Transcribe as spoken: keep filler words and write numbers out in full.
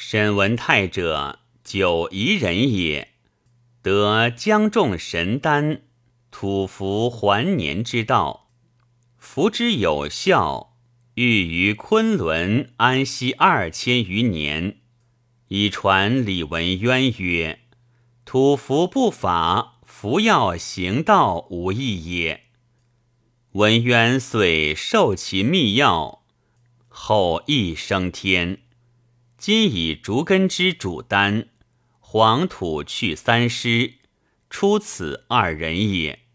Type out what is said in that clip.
沈文泰者，九夷人也，得江仲神丹，土服还年之道，服之有效，欲于昆仑安息二千余年。以传李文渊曰：土服不法，服药行道无益也。文渊遂受其秘药，后亦升天。今以竹根之主丹，黄土去三尸，出此二人也。